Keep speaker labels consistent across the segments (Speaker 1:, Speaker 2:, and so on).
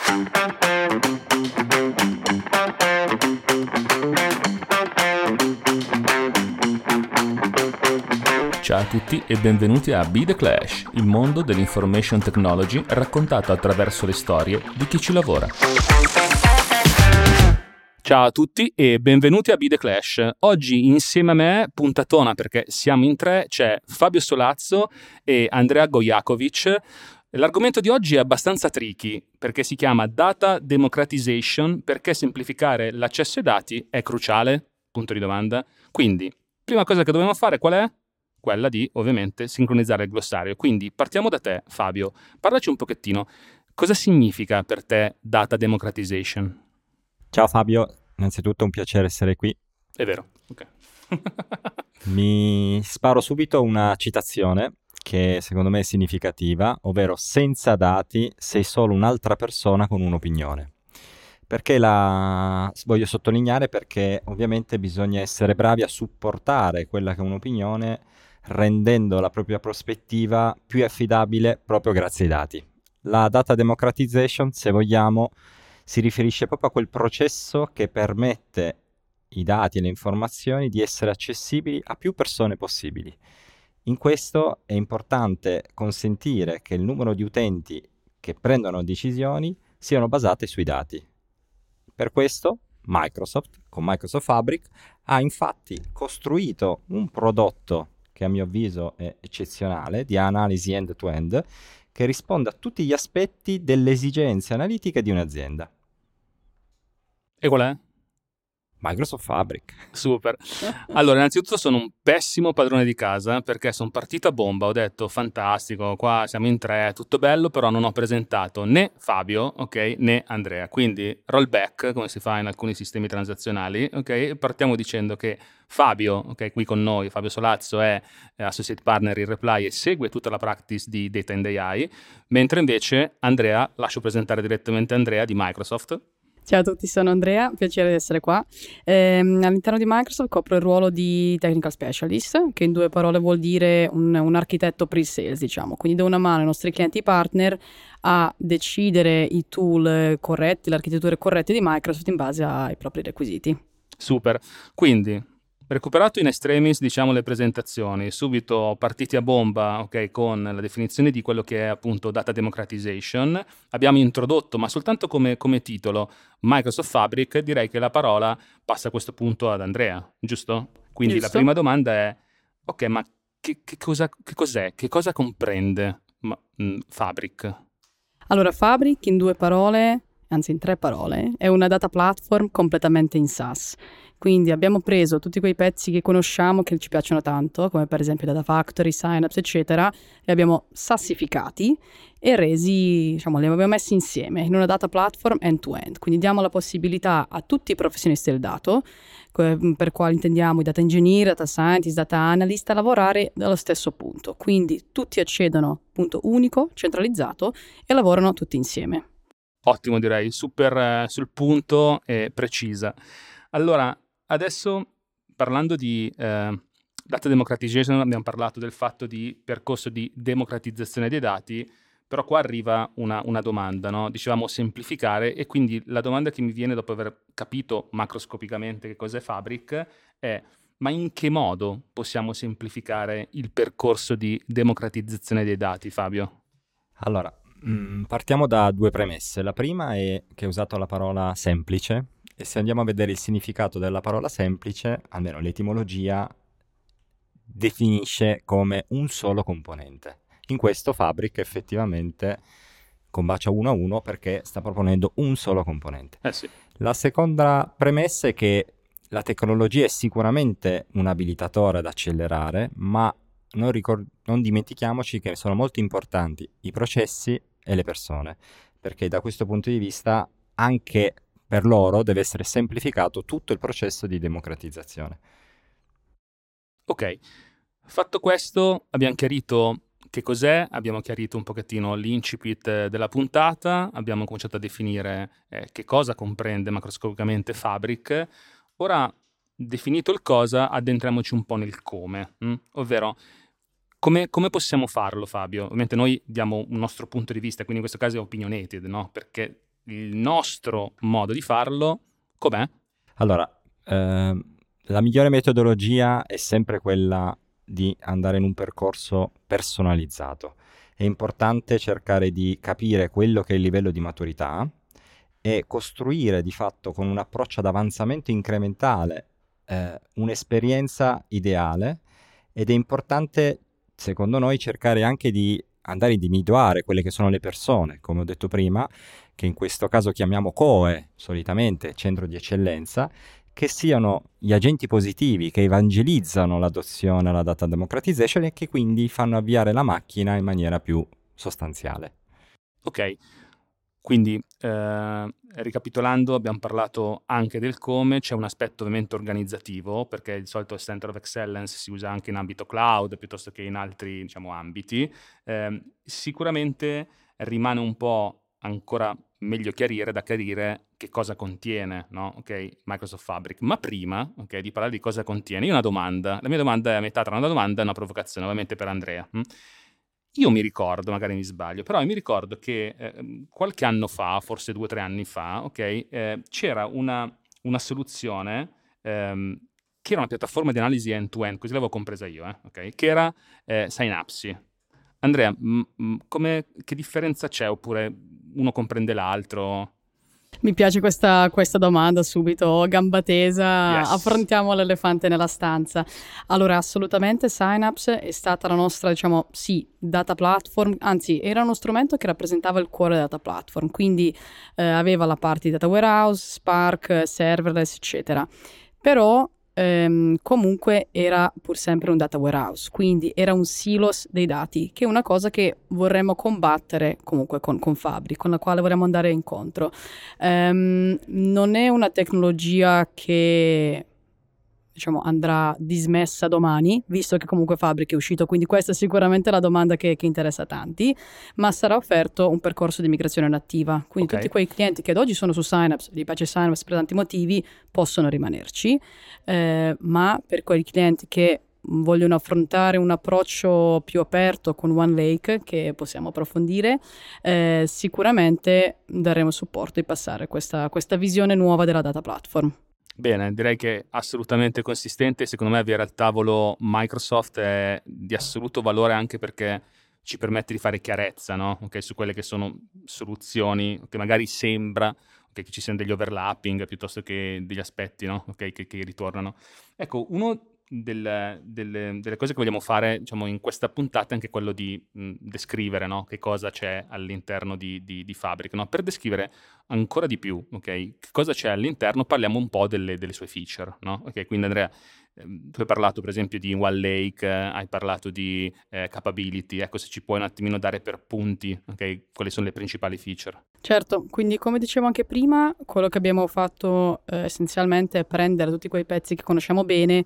Speaker 1: Ciao a tutti e benvenuti a Be The Clash, il mondo dell'information technology raccontato attraverso le storie di chi ci lavora. Ciao a tutti e benvenuti a Be The Clash. Oggi insieme a me, puntatona perché siamo in tre, c'è Fabio Solazzo e Andrea Gojakovic. L'argomento di oggi è abbastanza tricky perché si chiama Data Democratization, perché semplificare l'accesso ai dati è cruciale? Punto di domanda. Quindi, prima cosa che dobbiamo fare qual è? Quella di, ovviamente, sincronizzare il glossario. Quindi partiamo da te, Fabio. Parlaci un pochettino. Cosa significa per te Data Democratization?
Speaker 2: Ciao Fabio, innanzitutto un piacere essere qui.
Speaker 1: È vero, ok.
Speaker 2: Mi sparo subito una citazione che secondo me è significativa, ovvero senza dati sei solo un'altra persona con un'opinione. Perché la voglio sottolineare? Perché ovviamente bisogna essere bravi a supportare quella che è un'opinione, rendendo la propria prospettiva più affidabile proprio grazie ai dati. La data democratization, se vogliamo, si riferisce proprio a quel processo che permette i dati e le informazioni di essere accessibili a più persone possibili. In questo è importante consentire che il numero di utenti che prendono decisioni siano basate sui dati. Per questo Microsoft, con Microsoft Fabric, ha infatti costruito un prodotto che a mio avviso è eccezionale, di analisi end-to-end, che risponde a tutti gli aspetti delle esigenze analitiche di un'azienda.
Speaker 1: E qual è?
Speaker 2: Microsoft Fabric.
Speaker 1: Super. Allora, innanzitutto sono un pessimo padrone di casa perché sono partito a bomba, ho detto fantastico, qua siamo in tre, tutto bello, però non ho presentato né Fabio, ok, né Andrea. Quindi rollback, come si fa in alcuni sistemi transazionali, ok? Partiamo dicendo che Fabio, ok, qui con noi, Fabio Solazzo è Associate Partner in Reply e segue tutta la practice di Data and AI, mentre invece Andrea, lascio presentare direttamente Andrea di Microsoft.
Speaker 3: Ciao a tutti, sono Andrea, piacere di essere qua. All'interno di Microsoft copro il ruolo di Technical Specialist, che in due parole vuol dire un architetto pre-sales, diciamo. Quindi do una mano ai nostri clienti partner a decidere i tool corretti, le architetture corrette di Microsoft in base ai propri requisiti.
Speaker 1: Super, quindi recuperato in extremis, diciamo, le presentazioni, subito partiti a bomba, ok, con la definizione di quello che è appunto data democratization, abbiamo introdotto, ma soltanto come titolo, Microsoft Fabric. Direi che la parola passa a questo punto ad Andrea, giusto? Quindi
Speaker 3: Giusto.
Speaker 1: La prima domanda è, ok, ma che cos'è? Che cosa comprende Fabric?
Speaker 3: Allora, Fabric in due parole, anzi in tre parole, è una data platform completamente in SaaS. Quindi abbiamo preso tutti quei pezzi che conosciamo, che ci piacciono tanto, come per esempio Data Factory, Synapse, eccetera, li abbiamo sassificati e resi, diciamo, li abbiamo messi insieme in una data platform end-to-end. Quindi diamo la possibilità a tutti i professionisti del dato, per quali intendiamo i data engineer, data scientist, data analyst, a lavorare dallo stesso punto. Quindi tutti accedono a un punto unico, centralizzato, e lavorano tutti insieme.
Speaker 1: Ottimo, direi, super sul punto e precisa. Allora, adesso parlando di data democratization, abbiamo parlato del fatto di percorso di democratizzazione dei dati, però qua arriva una domanda, no? Dicevamo semplificare, e quindi la domanda che mi viene dopo aver capito macroscopicamente che cos'è Fabric è: ma in che modo possiamo semplificare il percorso di democratizzazione dei dati, Fabio?
Speaker 2: Allora, partiamo da due premesse. La prima è che ho usato la parola semplice, e se andiamo a vedere il significato della parola semplice, almeno l'etimologia definisce come un solo componente. In questo Fabric effettivamente combacia 1 a 1 perché sta proponendo un solo componente.
Speaker 1: Sì.
Speaker 2: La seconda premessa è che la tecnologia è sicuramente un abilitatore ad accelerare, ma non dimentichiamoci che sono molto importanti i processi e le persone, perché da questo punto di vista anche per loro deve essere semplificato tutto il processo di democratizzazione.
Speaker 1: Ok, fatto questo abbiamo chiarito che cos'è, abbiamo chiarito un pochettino l'incipit della puntata, abbiamo cominciato a definire che cosa comprende macroscopicamente Fabric. Ora, definito il cosa, addentriamoci un po' nel come, ovvero come possiamo farlo, Fabio? Ovviamente noi diamo un nostro punto di vista, quindi in questo caso è opinionated, no? Perché il nostro modo di farlo com'è?
Speaker 2: Allora, la migliore metodologia è sempre quella di andare in un percorso personalizzato. È importante cercare di capire quello che è il livello di maturità e costruire di fatto con un approccio ad avanzamento incrementale un'esperienza ideale, ed è importante, secondo noi, cercare anche di andare ad individuare quelle che sono le persone, come ho detto prima, che in questo caso chiamiamo COE, solitamente centro di eccellenza, che siano gli agenti positivi che evangelizzano l'adozione alla data democratization e che quindi fanno avviare la macchina in maniera più sostanziale.
Speaker 1: Ok, quindi ricapitolando, abbiamo parlato anche del come, c'è un aspetto ovviamente organizzativo, perché il solito Center of Excellence si usa anche in ambito cloud piuttosto che in altri, diciamo, ambiti. Sicuramente rimane un po' ancora meglio da chiarire che cosa contiene, no? Ok, Microsoft Fabric. Ma prima, ok, di parlare di cosa contiene, io ho una domanda. La mia domanda è a metà tra una domanda e una provocazione, ovviamente per Andrea. Io mi ricordo, magari mi sbaglio, però mi ricordo che qualche anno fa, forse 2 o 3 anni fa, ok, c'era una soluzione che era una piattaforma di analisi end-to-end, così l'avevo compresa io, ok, che era Synapse. Andrea, che differenza c'è? Oppure uno comprende l'altro?
Speaker 3: Mi piace questa domanda subito, gamba tesa,
Speaker 1: Yes.
Speaker 3: affrontiamo l'elefante nella stanza. Allora, assolutamente Synapse è stata la nostra, diciamo, sì, data platform, anzi era uno strumento che rappresentava il cuore della data platform, quindi aveva la parte di data warehouse, Spark, serverless, eccetera. Però comunque era pur sempre un data warehouse, quindi era un silos dei dati, che è una cosa che vorremmo combattere comunque con Fabric, con la quale vorremmo andare incontro. Non è una tecnologia che, diciamo, andrà dismessa domani, visto che comunque Fabric è uscito, quindi questa è sicuramente la domanda che interessa a tanti, ma sarà offerto un percorso di migrazione nativa, quindi
Speaker 1: Ok.
Speaker 3: tutti quei clienti che ad oggi sono su Synapse, gli piace Synapse per tanti motivi, possono rimanerci, ma per quei clienti che vogliono affrontare un approccio più aperto con OneLake, che possiamo approfondire, sicuramente daremo supporto di passare questa visione nuova della data platform.
Speaker 1: Bene, direi che è assolutamente consistente. Secondo me avere al tavolo Microsoft è di assoluto valore, anche perché ci permette di fare chiarezza, no? Okay, su quelle che sono soluzioni che magari sembra che ci siano degli overlapping piuttosto che degli aspetti, no? Okay, che ritornano. Ecco, uno delle cose che vogliamo fare, diciamo, in questa puntata è anche quello di descrivere, no? Che cosa c'è all'interno di Fabric, no? Per descrivere ancora di più, ok? Che cosa c'è all'interno, parliamo un po' delle sue feature, no? Ok, quindi Andrea, tu hai parlato per esempio di OneLake, hai parlato di capability, ecco, se ci puoi un attimino dare per punti, ok? Quali sono le principali feature?
Speaker 3: Certo, quindi come dicevo anche prima, quello che abbiamo fatto essenzialmente è prendere tutti quei pezzi che conosciamo bene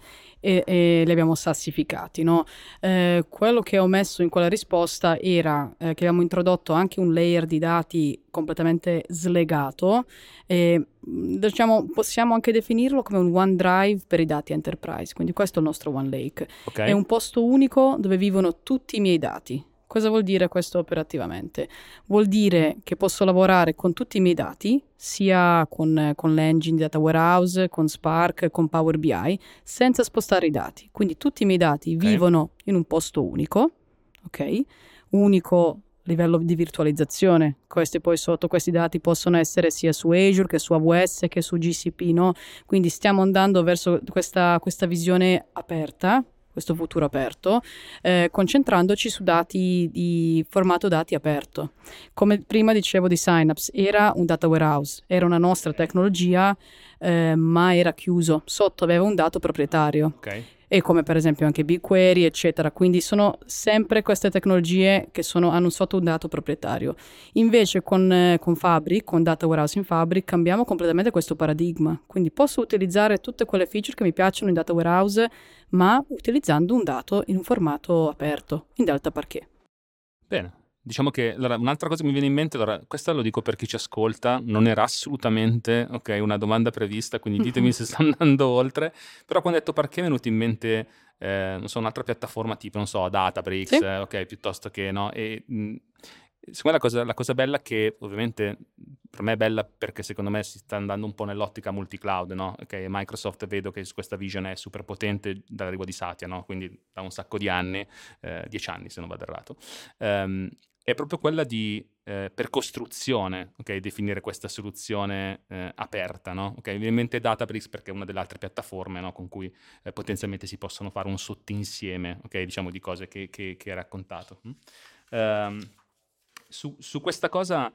Speaker 3: e li abbiamo sassificati, no? Quello che ho messo in quella risposta era che abbiamo introdotto anche un layer di dati completamente slegato e diciamo possiamo anche definirlo come un OneDrive per i dati enterprise, quindi questo è il nostro OneLake.
Speaker 1: Okay.
Speaker 3: È un posto unico dove vivono tutti i miei dati. Cosa vuol dire questo operativamente? Vuol dire che posso lavorare con tutti i miei dati, sia con l'engine di Data Warehouse, con Spark, con Power BI, senza spostare i dati. Quindi tutti i miei dati vivono in un posto unico, ok? Unico livello di virtualizzazione. Questi poi sotto questi dati possono essere sia su Azure che su AWS che su GCP, no? Quindi stiamo andando verso questa visione aperta, questo futuro aperto, concentrandoci su dati di formato dati aperto. Come prima dicevo di Synapse, era un data warehouse, era una nostra tecnologia, ma era chiuso, sotto aveva un dato proprietario.
Speaker 1: Ok.
Speaker 3: E come per esempio anche BigQuery, eccetera. Quindi sono sempre queste tecnologie che hanno sotto un dato proprietario. Invece con Fabric, con Data Warehouse in Fabric, cambiamo completamente questo paradigma. Quindi posso utilizzare tutte quelle feature che mi piacciono in Data Warehouse, ma utilizzando un dato in un formato aperto, in Delta Parquet.
Speaker 1: Bene. Diciamo che allora, un'altra cosa che mi viene in mente, allora, questa lo dico per chi ci ascolta, non era assolutamente una domanda prevista, quindi ditemi se sto andando oltre, però quando ho detto perché mi è venuto in mente non so, un'altra piattaforma tipo, non so, Databricks,
Speaker 3: Sì.
Speaker 1: ok, piuttosto che no, e Secondo me la cosa bella che ovviamente per me è bella perché secondo me si sta andando un po' nell'ottica multi-cloud, no? Okay, Microsoft vedo che su questa vision è super potente dall'arrivo di Satya, no? Quindi da un sacco di anni, 10 anni se non vado errato. È proprio quella di per costruzione, ok, definire questa soluzione aperta, no? Ok, ovviamente Databricks perché è una delle altre piattaforme, no, con cui potenzialmente si possono fare un sottoinsieme, ok, diciamo di cose che hai raccontato. Su questa cosa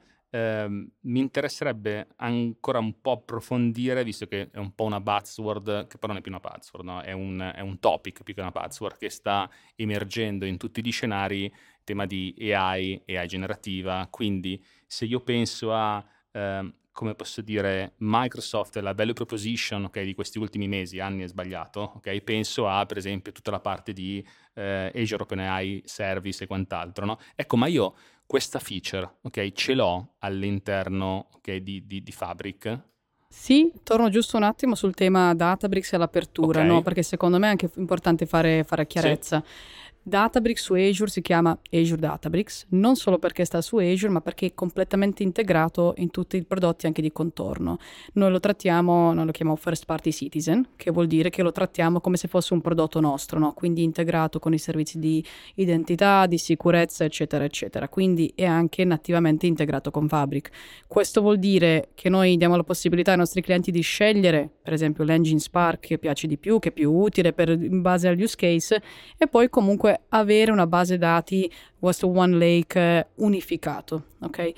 Speaker 1: mi interesserebbe ancora un po' approfondire, visto che è un po' una buzzword, che però non è più una buzzword, no? È un topic più che una buzzword che sta emergendo in tutti gli scenari, tema di AI generativa, quindi se io penso a, come posso dire, Microsoft, la value proposition, okay, di questi ultimi mesi, anni è sbagliato, okay, penso a per esempio tutta la parte di Azure OpenAI Service e quant'altro, no? Ecco, ma io questa feature, ok, ce l'ho all'interno, okay, di Fabric?
Speaker 3: Sì, torno giusto un attimo sul tema Databricks e l'apertura,
Speaker 1: Ok.
Speaker 3: no? Perché secondo me è anche importante fare chiarezza. Databricks su Azure si chiama Azure Databricks, non solo perché sta su Azure, ma perché è completamente integrato in tutti i prodotti anche di contorno. Noi lo chiamiamo First Party Citizen, che vuol dire che lo trattiamo come se fosse un prodotto nostro, no? Quindi integrato con i servizi di identità, di sicurezza, eccetera, eccetera. Quindi è anche nativamente integrato con Fabric. Questo vuol dire che noi diamo la possibilità ai nostri clienti di scegliere, per esempio, l'engine Spark che piace di più, che è più utile in base agli use case, e poi comunque avere una base dati, questo One Lake unificato. Ok?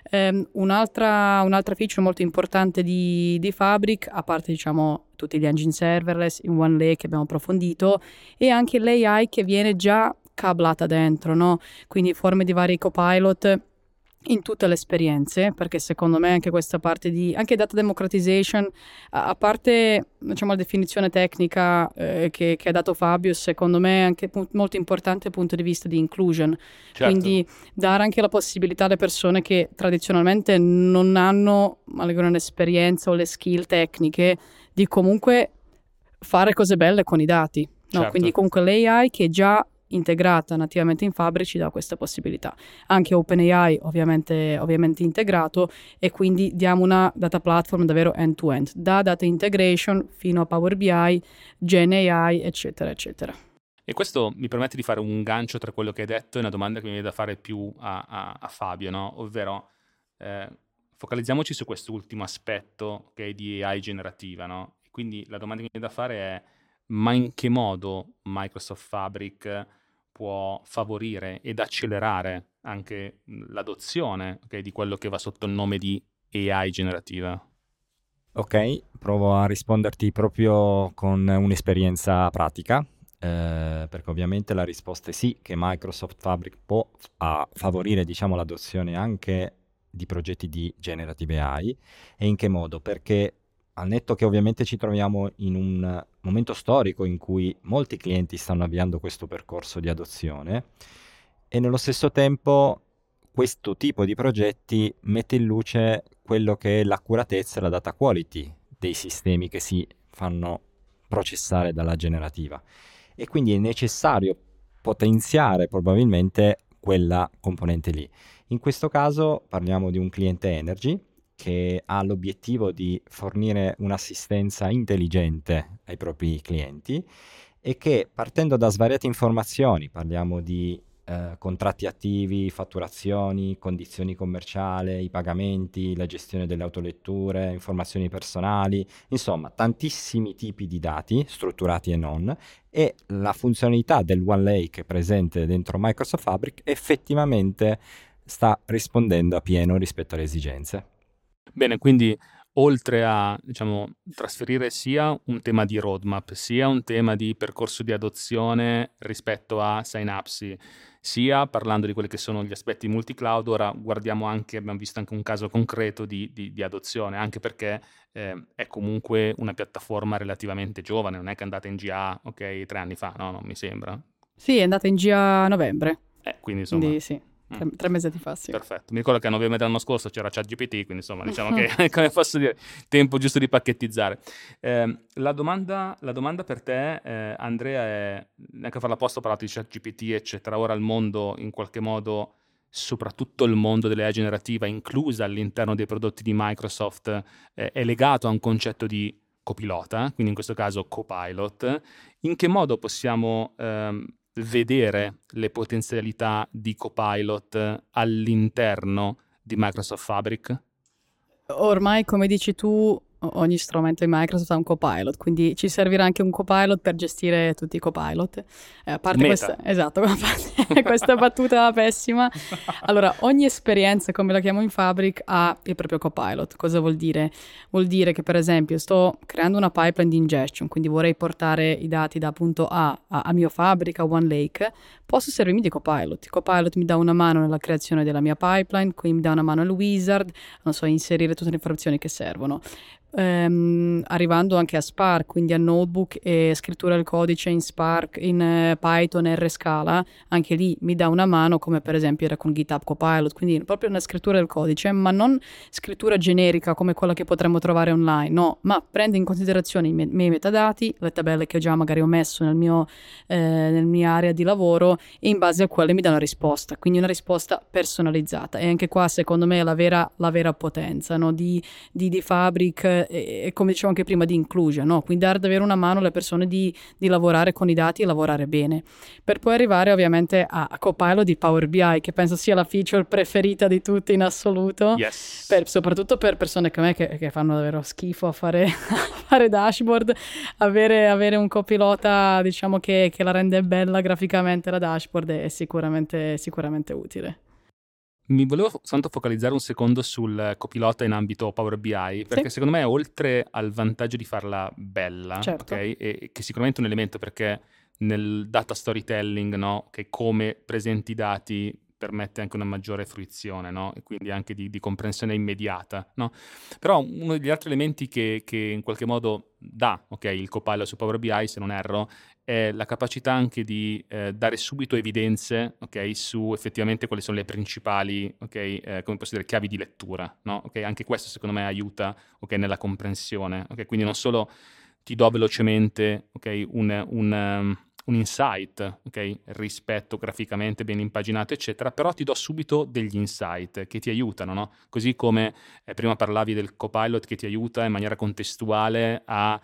Speaker 3: Un'altra feature molto importante di Fabric, a parte diciamo tutti gli engine serverless in One Lake che abbiamo approfondito, e anche l'AI che viene già cablata dentro, no? Quindi forme di vari copilot in tutte le esperienze, perché secondo me anche questa parte di anche data democratization, a parte diciamo la definizione tecnica che ha dato Fabio, secondo me è anche molto importante dal punto di vista di inclusion.
Speaker 1: Certo.
Speaker 3: Quindi dare anche la possibilità alle persone che tradizionalmente non hanno magari un'esperienza o le skill tecniche di comunque fare cose belle con i dati, no?
Speaker 1: Certo.
Speaker 3: Quindi comunque l'AI che è già integrata nativamente in Fabric ci dà questa possibilità. Anche OpenAI ovviamente integrato, e quindi diamo una data platform davvero end-to-end, da data integration fino a Power BI, Gen AI, eccetera, eccetera.
Speaker 1: E questo mi permette di fare un gancio tra quello che hai detto e una domanda che mi viene da fare più a Fabio, no? Ovvero focalizziamoci su quest'ultimo aspetto, okay, di AI generativa, no? Quindi la domanda che mi viene da fare è: ma in che modo Microsoft Fabric può favorire ed accelerare anche l'adozione, okay, di quello che va sotto il nome di AI generativa?
Speaker 2: Ok, provo a risponderti proprio con un'esperienza pratica, perché ovviamente la risposta è sì, che Microsoft Fabric può favorire, diciamo, l'adozione anche di progetti di generative AI. E in che modo? Perché al netto che ovviamente ci troviamo in un momento storico in cui molti clienti stanno avviando questo percorso di adozione, e nello stesso tempo questo tipo di progetti mette in luce quello che è l'accuratezza e la data quality dei sistemi che si fanno processare dalla generativa, e quindi è necessario potenziare probabilmente quella componente lì. In questo caso parliamo di un cliente energy che ha l'obiettivo di fornire un'assistenza intelligente ai propri clienti, e che, partendo da svariate informazioni, parliamo di contratti attivi, fatturazioni, condizioni commerciali, i pagamenti, la gestione delle autoletture, informazioni personali, insomma tantissimi tipi di dati, strutturati e non, e la funzionalità del One Lake presente dentro Microsoft Fabric effettivamente sta rispondendo a pieno rispetto alle esigenze.
Speaker 1: Bene, quindi oltre a, diciamo, trasferire sia un tema di roadmap, sia un tema di percorso di adozione rispetto a Synapse, sia parlando di quelli che sono gli aspetti multi-cloud, ora guardiamo anche, abbiamo visto anche un caso concreto di adozione, anche perché è comunque una piattaforma relativamente giovane, non è che è andata in GA, ok, 3 anni fa, no, non mi sembra.
Speaker 3: Sì, è andata in GA a novembre.
Speaker 1: Quindi insomma...
Speaker 3: Quindi sì. 3 mesi fa, sì.
Speaker 1: Perfetto, mi ricordo che a novembre dell'anno scorso c'era ChatGPT, quindi insomma diciamo che, come posso dire, tempo giusto di pacchettizzare. La domanda per te, Andrea, è, neanche a farla apposta, ho parlato di ChatGPT eccetera, ora il mondo in qualche modo soprattutto il mondo dell'AI generativa, inclusa all'interno dei prodotti di Microsoft, è legato a un concetto di copilota, quindi in questo caso Copilot. In che modo possiamo vedere le potenzialità di Copilot all'interno di Microsoft Fabric?
Speaker 3: Ormai, come dici tu, ogni strumento di Microsoft ha un copilot, quindi ci servirà anche un copilot per gestire tutti i copilot. A parte questa, esatto, questa battuta pessima. Allora, ogni esperienza, come la chiamo in Fabric, ha il proprio copilot. Cosa vuol dire? Vuol dire che, per esempio, sto creando una pipeline di ingestion, quindi vorrei portare i dati da punto A al mio Fabric, a OneLake, posso servirmi di copilot. Il copilot mi dà una mano nella creazione della mia pipeline, quindi mi dà una mano al wizard, non so, inserire tutte le informazioni che servono. Arrivando anche a Spark, quindi a notebook e scrittura del codice in Spark, in Python, R Scala, anche lì mi dà una mano, come per esempio era con GitHub Copilot, quindi proprio una scrittura del codice, ma non scrittura generica come quella che potremmo trovare online, no, ma prende in considerazione i miei metadati, le tabelle che già magari ho messo nel nella mia area di lavoro, e in base a quelle mi dà una risposta, quindi una risposta personalizzata. E anche qua secondo me è la vera potenza, no? di Fabric, e come dicevo anche prima, di inclusion, no? Quindi dare davvero una mano alle persone di lavorare con i dati e lavorare bene, per poi arrivare ovviamente a Copilot di Power BI, che penso sia la feature preferita di tutti in assoluto, soprattutto per persone come me che fanno davvero schifo a fare dashboard. Avere un copilota, diciamo, che la rende bella graficamente la dashboard è sicuramente utile.
Speaker 1: Mi volevo soltanto focalizzare un secondo sul copilota in ambito Power BI, perché secondo me, oltre al vantaggio di farla bella,
Speaker 3: certo,
Speaker 1: okay, e che sicuramente è un elemento, perché nel data storytelling, no, che come presenti i dati permette anche una maggiore fruizione, no? E quindi anche di comprensione immediata, no? Però uno degli altri elementi che in qualche modo dà, il Copilot su Power BI, se non erro, è la capacità anche di dare subito evidenze, su effettivamente quali sono le principali, come posso dire, chiavi di lettura, no? Anche questo secondo me aiuta, nella comprensione, quindi non solo ti do velocemente, un insight, rispetto graficamente ben impaginato, eccetera, però ti do subito degli insight che ti aiutano, no? Così come prima parlavi del Copilot che ti aiuta in maniera contestuale a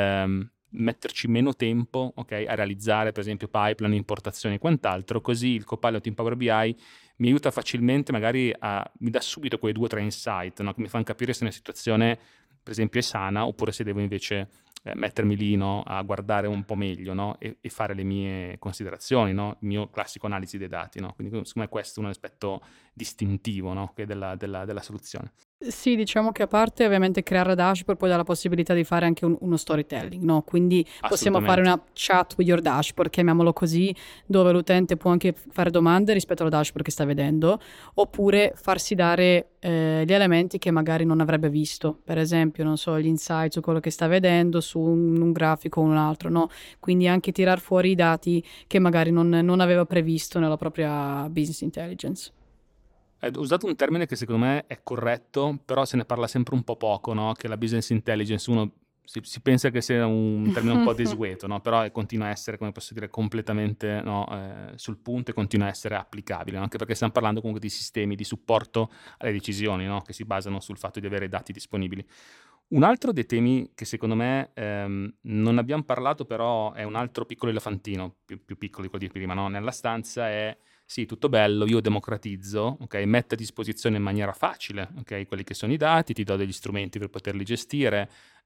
Speaker 1: metterci meno tempo, a realizzare per esempio pipeline, importazioni e quant'altro, così il Copilot in Power BI mi aiuta facilmente, magari mi dà subito quei 2 o 3 insight, no? Che mi fanno capire se una situazione per esempio è sana, oppure se devo invece mettermi lì, no, a guardare un po' meglio, no, e fare le mie considerazioni, no, il mio classico analisi dei dati, no? Quindi secondo me questo è un aspetto distintivo, no, della soluzione.
Speaker 3: Sì, diciamo che a parte ovviamente creare dashboard, poi dà la possibilità di fare anche uno storytelling, no? Quindi possiamo fare una chat with your dashboard, chiamiamolo così, dove l'utente può anche fare domande rispetto al dashboard che sta vedendo, oppure farsi dare gli elementi che magari non avrebbe visto, per esempio, non so, gli insight su quello che sta vedendo, su un grafico o un altro, no? Quindi anche tirar fuori i dati che magari non aveva previsto nella propria business intelligence.
Speaker 1: Ho usato un termine che secondo me è corretto, però se ne parla sempre un po' poco, no? Che la business intelligence, uno si pensa che sia un termine un po' desueto, no? Però continua a essere, come posso dire, completamente, no, sul punto, e continua a essere applicabile, no? Anche perché stiamo parlando comunque di sistemi di supporto alle decisioni, no? Che si basano sul fatto di avere dati disponibili. Un altro dei temi che secondo me non abbiamo parlato, però è un altro piccolo elefantino, più piccolo di quello di prima, no? Nella stanza è: sì, tutto bello, io democratizzo, metto a disposizione in maniera facile, quelli che sono i dati, ti do degli strumenti per poterli gestire,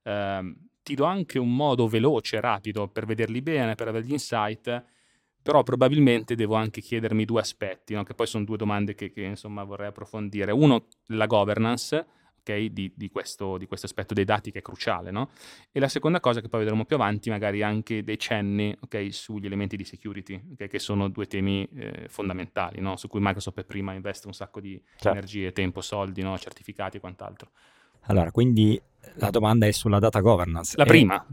Speaker 1: ti do anche un modo veloce, rapido per vederli bene, per avere gli insight, però probabilmente devo anche chiedermi 2 aspetti, no? Che poi sono 2 domande che insomma vorrei approfondire. Uno, la governance, di questo aspetto dei dati, che è cruciale, no? E la seconda cosa, che poi vedremo più avanti, magari anche dei cenni, sugli elementi di security, che sono 2 temi fondamentali, no? Su cui Microsoft prima investe un sacco di energie, tempo, soldi, no? Certificati e quant'altro.
Speaker 2: Allora, quindi la domanda è sulla data governance.
Speaker 1: La prima.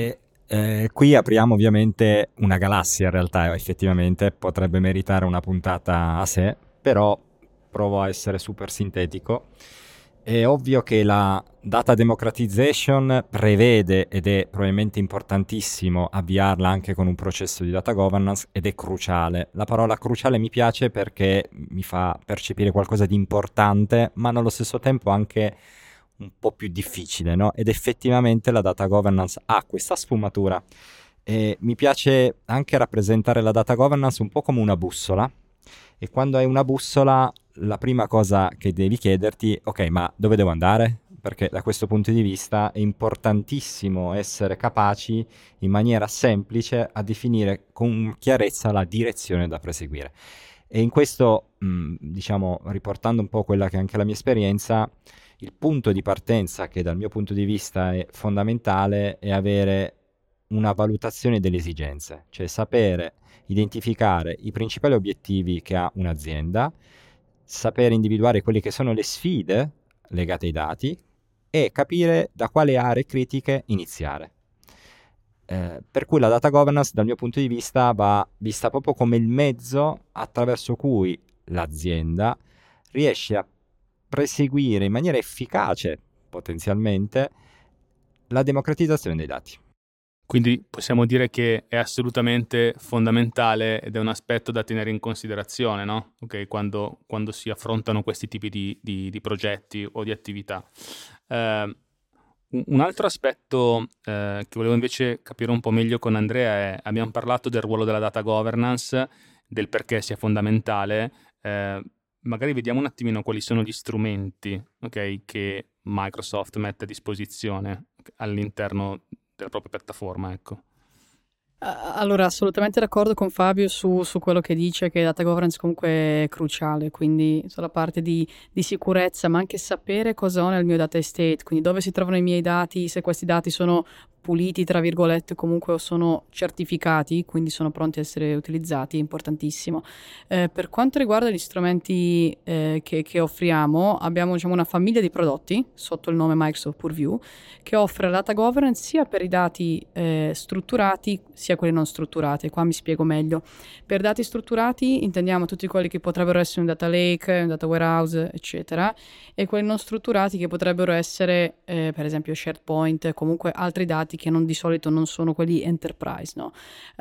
Speaker 2: Qui apriamo ovviamente una galassia, in realtà effettivamente potrebbe meritare una puntata a sé, però provo a essere super sintetico. È ovvio che la data democratization prevede, ed è probabilmente importantissimo, avviarla anche con un processo di data governance, ed è cruciale. La parola cruciale mi piace perché mi fa percepire qualcosa di importante, ma nello stesso tempo anche un po' più difficile, no? Ed effettivamente la data governance ha questa sfumatura. E mi piace anche rappresentare la data governance un po' come una bussola, e quando hai una bussola la prima cosa che devi chiederti, ok, ma dove devo andare? Perché da questo punto di vista è importantissimo essere capaci in maniera semplice a definire con chiarezza la direzione da perseguire. E in questo, diciamo, riportando un po' quella che è anche la mia esperienza, il punto di partenza che dal mio punto di vista è fondamentale è avere una valutazione delle esigenze, cioè sapere identificare i principali obiettivi che ha un'azienda, sapere individuare quelle che sono le sfide legate ai dati e capire da quale aree critiche iniziare. Per cui la data governance dal mio punto di vista va vista proprio come il mezzo attraverso cui l'azienda riesce a perseguire in maniera efficace, potenzialmente, la democratizzazione dei dati.
Speaker 1: Quindi possiamo dire che è assolutamente fondamentale ed è un aspetto da tenere in considerazione, no? Okay, quando si affrontano questi tipi di progetti o di attività. Un altro aspetto che volevo invece capire un po' meglio con Andrea è, abbiamo parlato del ruolo della data governance, del perché sia fondamentale, magari vediamo un attimino quali sono gli strumenti, okay, che Microsoft mette a disposizione all'interno della propria piattaforma, ecco.
Speaker 3: Allora, assolutamente d'accordo con Fabio su quello che dice, che data governance comunque è cruciale, quindi sulla parte di sicurezza, ma anche sapere cosa ho nel mio data estate, quindi dove si trovano i miei dati, se questi dati sono puliti, tra virgolette, comunque sono certificati, quindi sono pronti a essere utilizzati, è importantissimo. Per quanto riguarda gli strumenti che offriamo, abbiamo, diciamo, una famiglia di prodotti sotto il nome Microsoft Purview che offre la data governance sia per i dati strutturati sia quelli non strutturati. Qua mi spiego meglio. Per dati strutturati intendiamo tutti quelli che potrebbero essere un data lake, un data warehouse, eccetera, e quelli non strutturati che potrebbero essere per esempio SharePoint, comunque altri dati che di solito non sono quelli enterprise, no?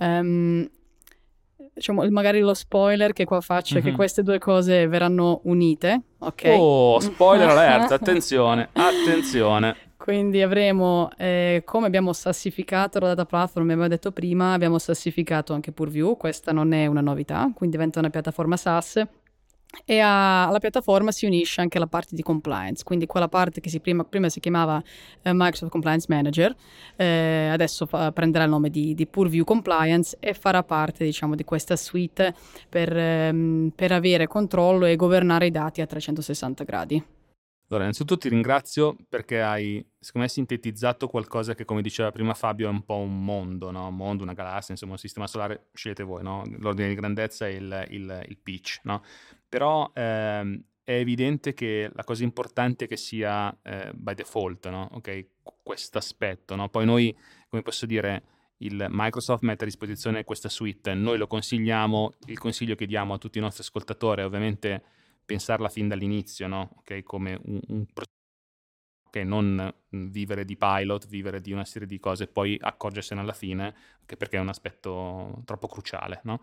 Speaker 3: Diciamo, magari lo spoiler che qua faccio è che queste due cose verranno unite, ok?
Speaker 1: Oh, spoiler alert, attenzione, attenzione.
Speaker 3: Quindi avremo, come abbiamo sassificato la data platform, abbiamo detto prima, abbiamo sassificato anche Purview, questa non è una novità, quindi diventa una piattaforma SaaS. E alla piattaforma si unisce anche la parte di compliance, quindi quella parte che prima si chiamava Microsoft Compliance Manager, adesso prenderà il nome di Purview Compliance e farà parte, diciamo, di questa suite per avere controllo e governare i dati a 360 gradi.
Speaker 1: Allora, innanzitutto ti ringrazio perché hai, secondo me, sintetizzato qualcosa che, come diceva prima Fabio, è un po' un mondo, no? Un mondo, una galassia, insomma, un sistema solare, scegliete voi, no? L'ordine di grandezza e il pitch, no? Però è evidente che la cosa importante è che sia by default, no? Ok, questo aspetto, no? Poi noi, come posso dire, il Microsoft mette a disposizione questa suite, noi lo consigliamo, il consiglio che diamo a tutti i nostri ascoltatori è ovviamente pensarla fin dall'inizio, no? Okay, come un processo, okay, non vivere di pilot, vivere di una serie di cose e poi accorgersene alla fine, okay, perché è un aspetto troppo cruciale, no?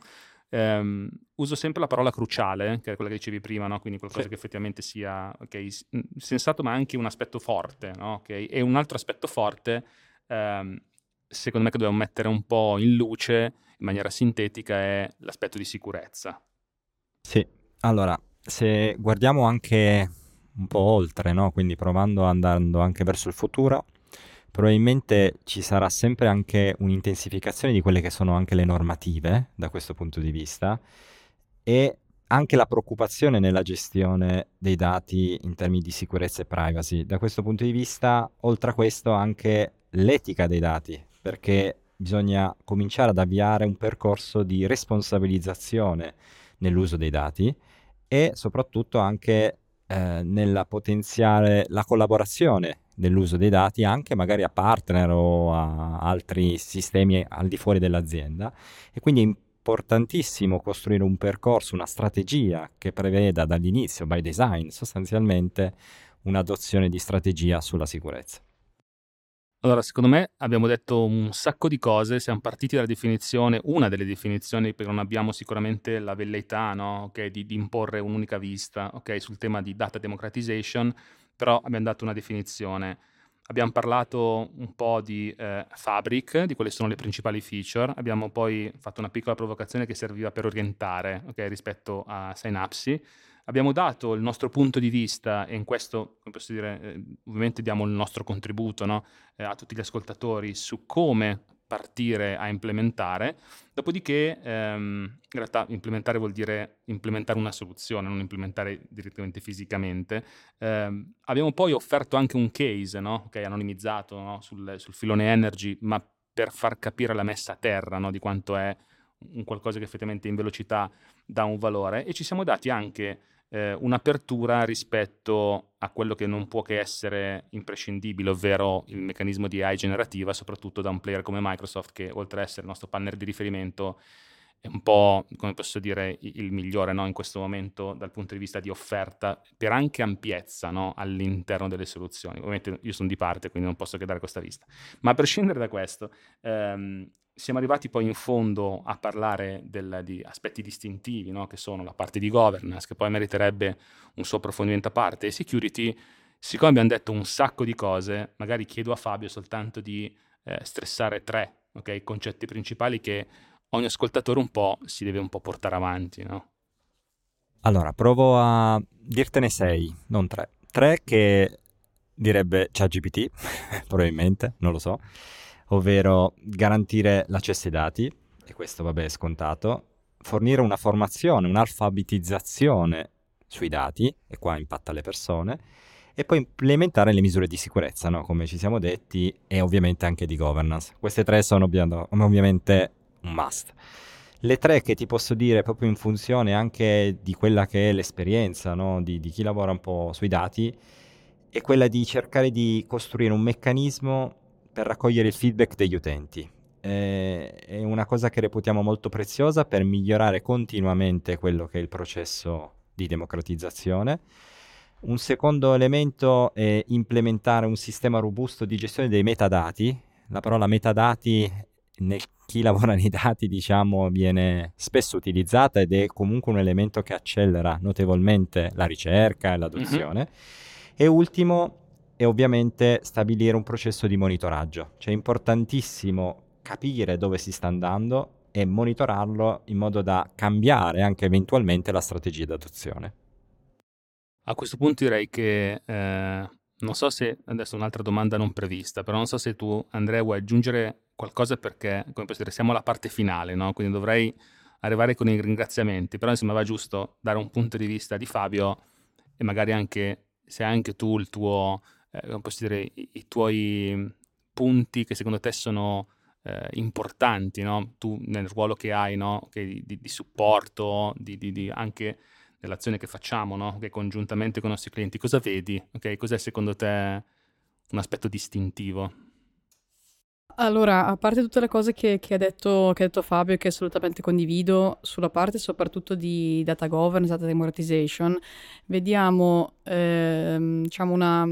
Speaker 1: Uso sempre la parola cruciale, che è quella che dicevi prima, no? Quindi qualcosa che effettivamente sia, okay, sensato, ma anche un aspetto forte, no? Okay? E un altro aspetto forte, secondo me, che dobbiamo mettere un po' in luce in maniera sintetica è l'aspetto di sicurezza.
Speaker 2: Sì, allora, se guardiamo anche un po' oltre, no? Quindi andando anche verso il futuro, probabilmente ci sarà sempre anche un'intensificazione di quelle che sono anche le normative da questo punto di vista e anche la preoccupazione nella gestione dei dati in termini di sicurezza e privacy. Da questo punto di vista, oltre a questo, anche l'etica dei dati, perché bisogna cominciare ad avviare un percorso di responsabilizzazione nell'uso dei dati e soprattutto anche nella potenziare la collaborazione nell'uso dei dati anche magari a partner o a altri sistemi al di fuori dell'azienda, e quindi è importantissimo costruire un percorso, una strategia che preveda dall'inizio, by design, sostanzialmente un'adozione di strategia sulla sicurezza.
Speaker 1: Allora, secondo me abbiamo detto un sacco di cose, siamo partiti dalla definizione, una delle definizioni, perché non abbiamo sicuramente la velleità, no? Okay, di imporre un'unica vista, okay, sul tema di data democratization, però abbiamo dato una definizione. Abbiamo parlato un po' di Fabric, di quali sono le principali feature, abbiamo poi fatto una piccola provocazione che serviva per orientare, okay, rispetto a Synapse. Abbiamo dato il nostro punto di vista e in questo, come posso dire, ovviamente diamo il nostro contributo, no? A tutti gli ascoltatori su come partire a implementare. Dopodiché, in realtà implementare vuol dire implementare una soluzione, non implementare direttamente fisicamente. Abbiamo poi offerto anche un case, no? Okay, anonimizzato, no? sul filone Energy, ma per far capire la messa a terra, no? Di quanto è un qualcosa che effettivamente in velocità dà un valore, e ci siamo dati anche un'apertura rispetto a quello che non può che essere imprescindibile, ovvero il meccanismo di AI generativa, soprattutto da un player come Microsoft, che oltre ad essere il nostro partner di riferimento è un po', come posso dire, il migliore, no? In questo momento dal punto di vista di offerta, per anche ampiezza, no? All'interno delle soluzioni. Ovviamente io sono di parte, quindi non posso che dare questa vista. Ma a prescindere da questo, siamo arrivati poi in fondo a parlare di aspetti distintivi, no? Che sono la parte di governance, che poi meriterebbe un suo approfondimento a parte, e security. Siccome abbiamo detto un sacco di cose, magari chiedo a Fabio soltanto di stressare 3, okay, concetti principali che ogni ascoltatore un po' si deve un po' portare avanti, no?
Speaker 2: Allora, provo a dirtene 6, non 3. 3 che direbbe ChatGPT, probabilmente, non lo so, ovvero garantire l'accesso ai dati, e questo vabbè è scontato, fornire una formazione, un'alfabetizzazione sui dati, e qua impatta le persone, e poi implementare le misure di sicurezza, no? Come ci siamo detti, e ovviamente anche di governance. Queste 3 sono ovviamente un must. Le 3 che ti posso dire proprio in funzione anche di quella che è l'esperienza, no? di chi lavora un po' sui dati, è quella di cercare di costruire un meccanismo per raccogliere il feedback degli utenti. È una cosa che reputiamo molto preziosa per migliorare continuamente quello che è il processo di democratizzazione. Un secondo elemento è implementare un sistema robusto di gestione dei metadati. La parola metadati nel chi lavora nei dati, diciamo, viene spesso utilizzata ed è comunque un elemento che accelera notevolmente la ricerca e l'adozione. Mm-hmm. E ultimo è ovviamente stabilire un processo di monitoraggio. Cioè è importantissimo capire dove si sta andando e monitorarlo in modo da cambiare anche eventualmente la strategia d'adozione.
Speaker 1: A questo punto direi che non so se, adesso un'altra domanda non prevista, però non so se tu, Andrea, vuoi aggiungere qualcosa, perché, come posso dire, siamo alla parte finale, no? Quindi dovrei arrivare con i ringraziamenti, però insomma va giusto dare un punto di vista di Fabio e magari anche, se anche tu il tuo, come posso dire, i tuoi punti che secondo te sono importanti, no? Tu nel ruolo che hai, no? Che di supporto, di anche nell'azione che facciamo, no? Che congiuntamente con i nostri clienti, cosa vedi? Okay? Cos'è secondo te un aspetto distintivo?
Speaker 3: Allora, a parte tutte le cose che ha detto Fabio e che assolutamente condivido, sulla parte soprattutto di data governance, data democratization, vediamo diciamo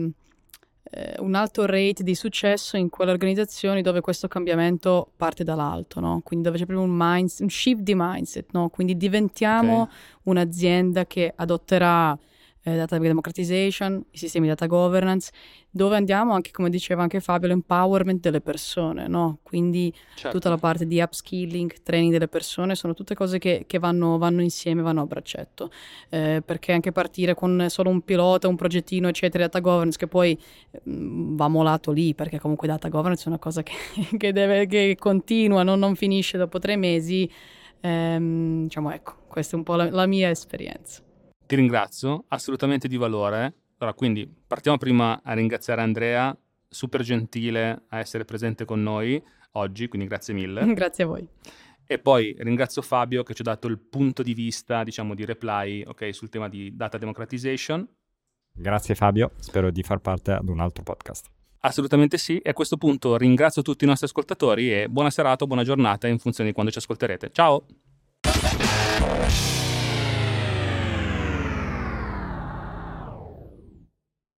Speaker 3: un alto rate di successo in quelle organizzazioni dove questo cambiamento parte dall'alto, no? Quindi dove c'è proprio un shift di mindset, no? Quindi diventiamo un'azienda che adotterà data democratization, i sistemi di data governance, dove andiamo anche, come diceva anche Fabio, l'empowerment delle persone, no? Quindi tutta la parte di upskilling, training delle persone, sono tutte cose che vanno insieme, vanno a braccetto, perché anche partire con solo un pilota, un progettino, eccetera, data governance, che poi va molato lì, perché comunque data governance è una cosa che continua, non finisce dopo 3 mesi, diciamo, ecco, questa è un po' la mia esperienza.
Speaker 1: Ti ringrazio, assolutamente di valore. Allora, quindi partiamo prima a ringraziare Andrea, super gentile a essere presente con noi oggi, quindi grazie mille.
Speaker 3: Grazie a voi.
Speaker 1: E poi ringrazio Fabio che ci ha dato il punto di vista, diciamo, di reply, ok, sul tema di data democratization.
Speaker 2: Grazie Fabio, spero di far parte ad un altro podcast.
Speaker 1: Assolutamente sì, e a questo punto ringrazio tutti i nostri ascoltatori e buona serata o buona giornata in funzione di quando ci ascolterete. Ciao!